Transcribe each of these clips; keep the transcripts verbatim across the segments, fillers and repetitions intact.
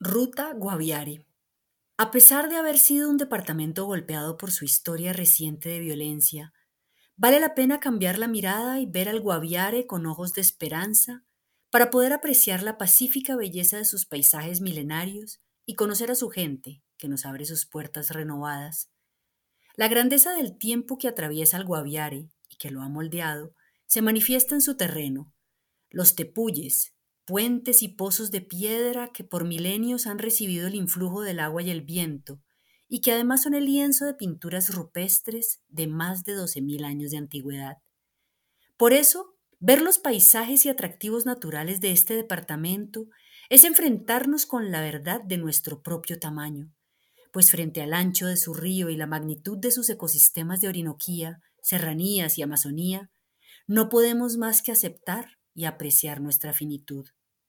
Ruta Guaviare. A pesar de haber sido un departamento golpeado por su historia reciente de violencia, vale la pena cambiar la mirada y ver al Guaviare con ojos de esperanza para poder apreciar la pacífica belleza de sus paisajes milenarios y conocer a su gente, que nos abre sus puertas renovadas. La grandeza del tiempo que atraviesa el Guaviare y que lo ha moldeado se manifiesta en su terreno, los tepuyes, puentes y pozos de piedra que por milenios han recibido el influjo del agua y el viento, y que además son el lienzo de pinturas rupestres de más de doce mil años de antigüedad. Por eso, ver los paisajes y atractivos naturales de este departamento es enfrentarnos con la verdad de nuestro propio tamaño, pues frente al ancho de su río y la magnitud de sus ecosistemas de Orinoquía, serranías y Amazonía, no podemos más que aceptar y apreciar nuestra finitud.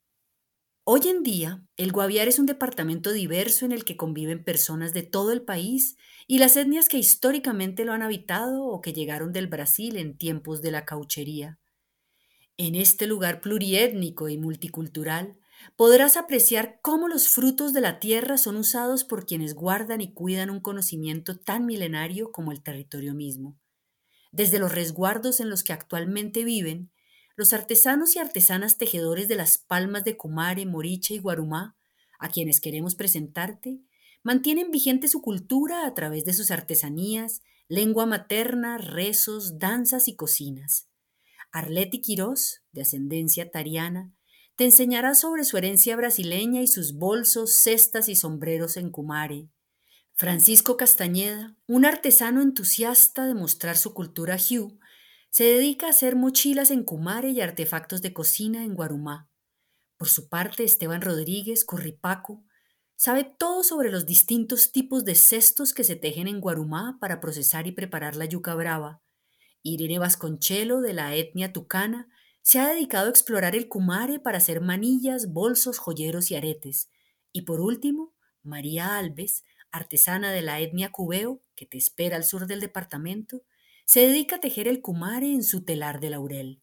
Hoy en día, el Guaviare es un departamento diverso en el que conviven personas de todo el país y las etnias que históricamente lo han habitado o que llegaron del Brasil en tiempos de la cauchería. En este lugar pluriétnico y multicultural, podrás apreciar cómo los frutos de la tierra son usados por quienes guardan y cuidan un conocimiento tan milenario como el territorio mismo. Desde los resguardos en los que actualmente viven, los artesanos y artesanas tejedores de las palmas de Cumare, Moriche y Guarumá, a quienes queremos presentarte, mantienen vigente su cultura a través de sus artesanías, lengua materna, rezos, danzas y cocinas. Arleti Quirós, de ascendencia tariana, te enseñará sobre su herencia brasileña y sus bolsos, cestas y sombreros en Cumare. Francisco Castañeda, un artesano entusiasta de mostrar su cultura Hue, se dedica a hacer mochilas en Cumare y artefactos de cocina en Guarumá. Por su parte, Esteban Rodríguez, Curripaco, sabe todo sobre los distintos tipos de cestos que se tejen en Guarumá para procesar y preparar la yuca brava. Irene Vasconchelo, de la etnia tucana, se ha dedicado a explorar el Cumare para hacer manillas, bolsos, joyeros y aretes. Y por último, María Alves, artesana de la etnia cubeo, que te espera al sur del departamento, se dedica a tejer el Cumare en su telar de laurel.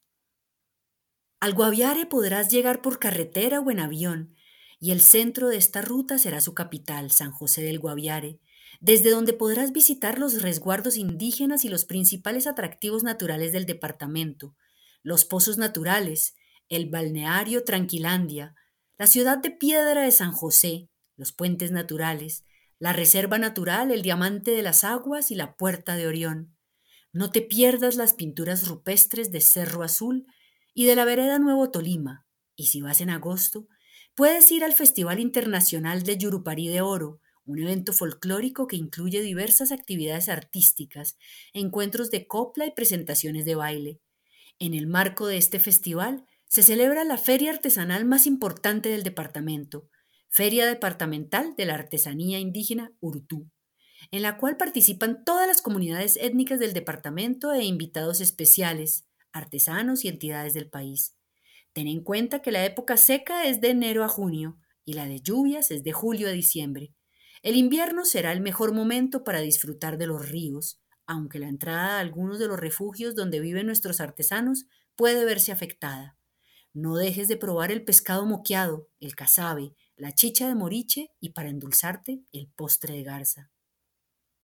Al Guaviare podrás llegar por carretera o en avión, y el centro de esta ruta será su capital, San José del Guaviare, desde donde podrás visitar los resguardos indígenas y los principales atractivos naturales del departamento, los pozos naturales, el balneario Tranquilandia, la ciudad de piedra de San José, los puentes naturales, la reserva natural, el diamante de las aguas y la puerta de Orión. No te pierdas las pinturas rupestres de Cerro Azul y de la vereda Nuevo Tolima. Y si vas en agosto, puedes ir al Festival Internacional de Yurupari de Oro, un evento folclórico que incluye diversas actividades artísticas, encuentros de copla y presentaciones de baile. En el marco de este festival se celebra la feria artesanal más importante del departamento, Feria Departamental de la Artesanía Indígena Urutú, en la cual participan todas las comunidades étnicas del departamento e invitados especiales, artesanos y entidades del país. Ten en cuenta que la época seca es de enero a junio y la de lluvias es de julio a diciembre. El invierno será el mejor momento para disfrutar de los ríos, aunque la entrada a algunos de los refugios donde viven nuestros artesanos puede verse afectada. No dejes de probar el pescado moqueado, el casabe, la chicha de moriche y para endulzarte el postre de garza.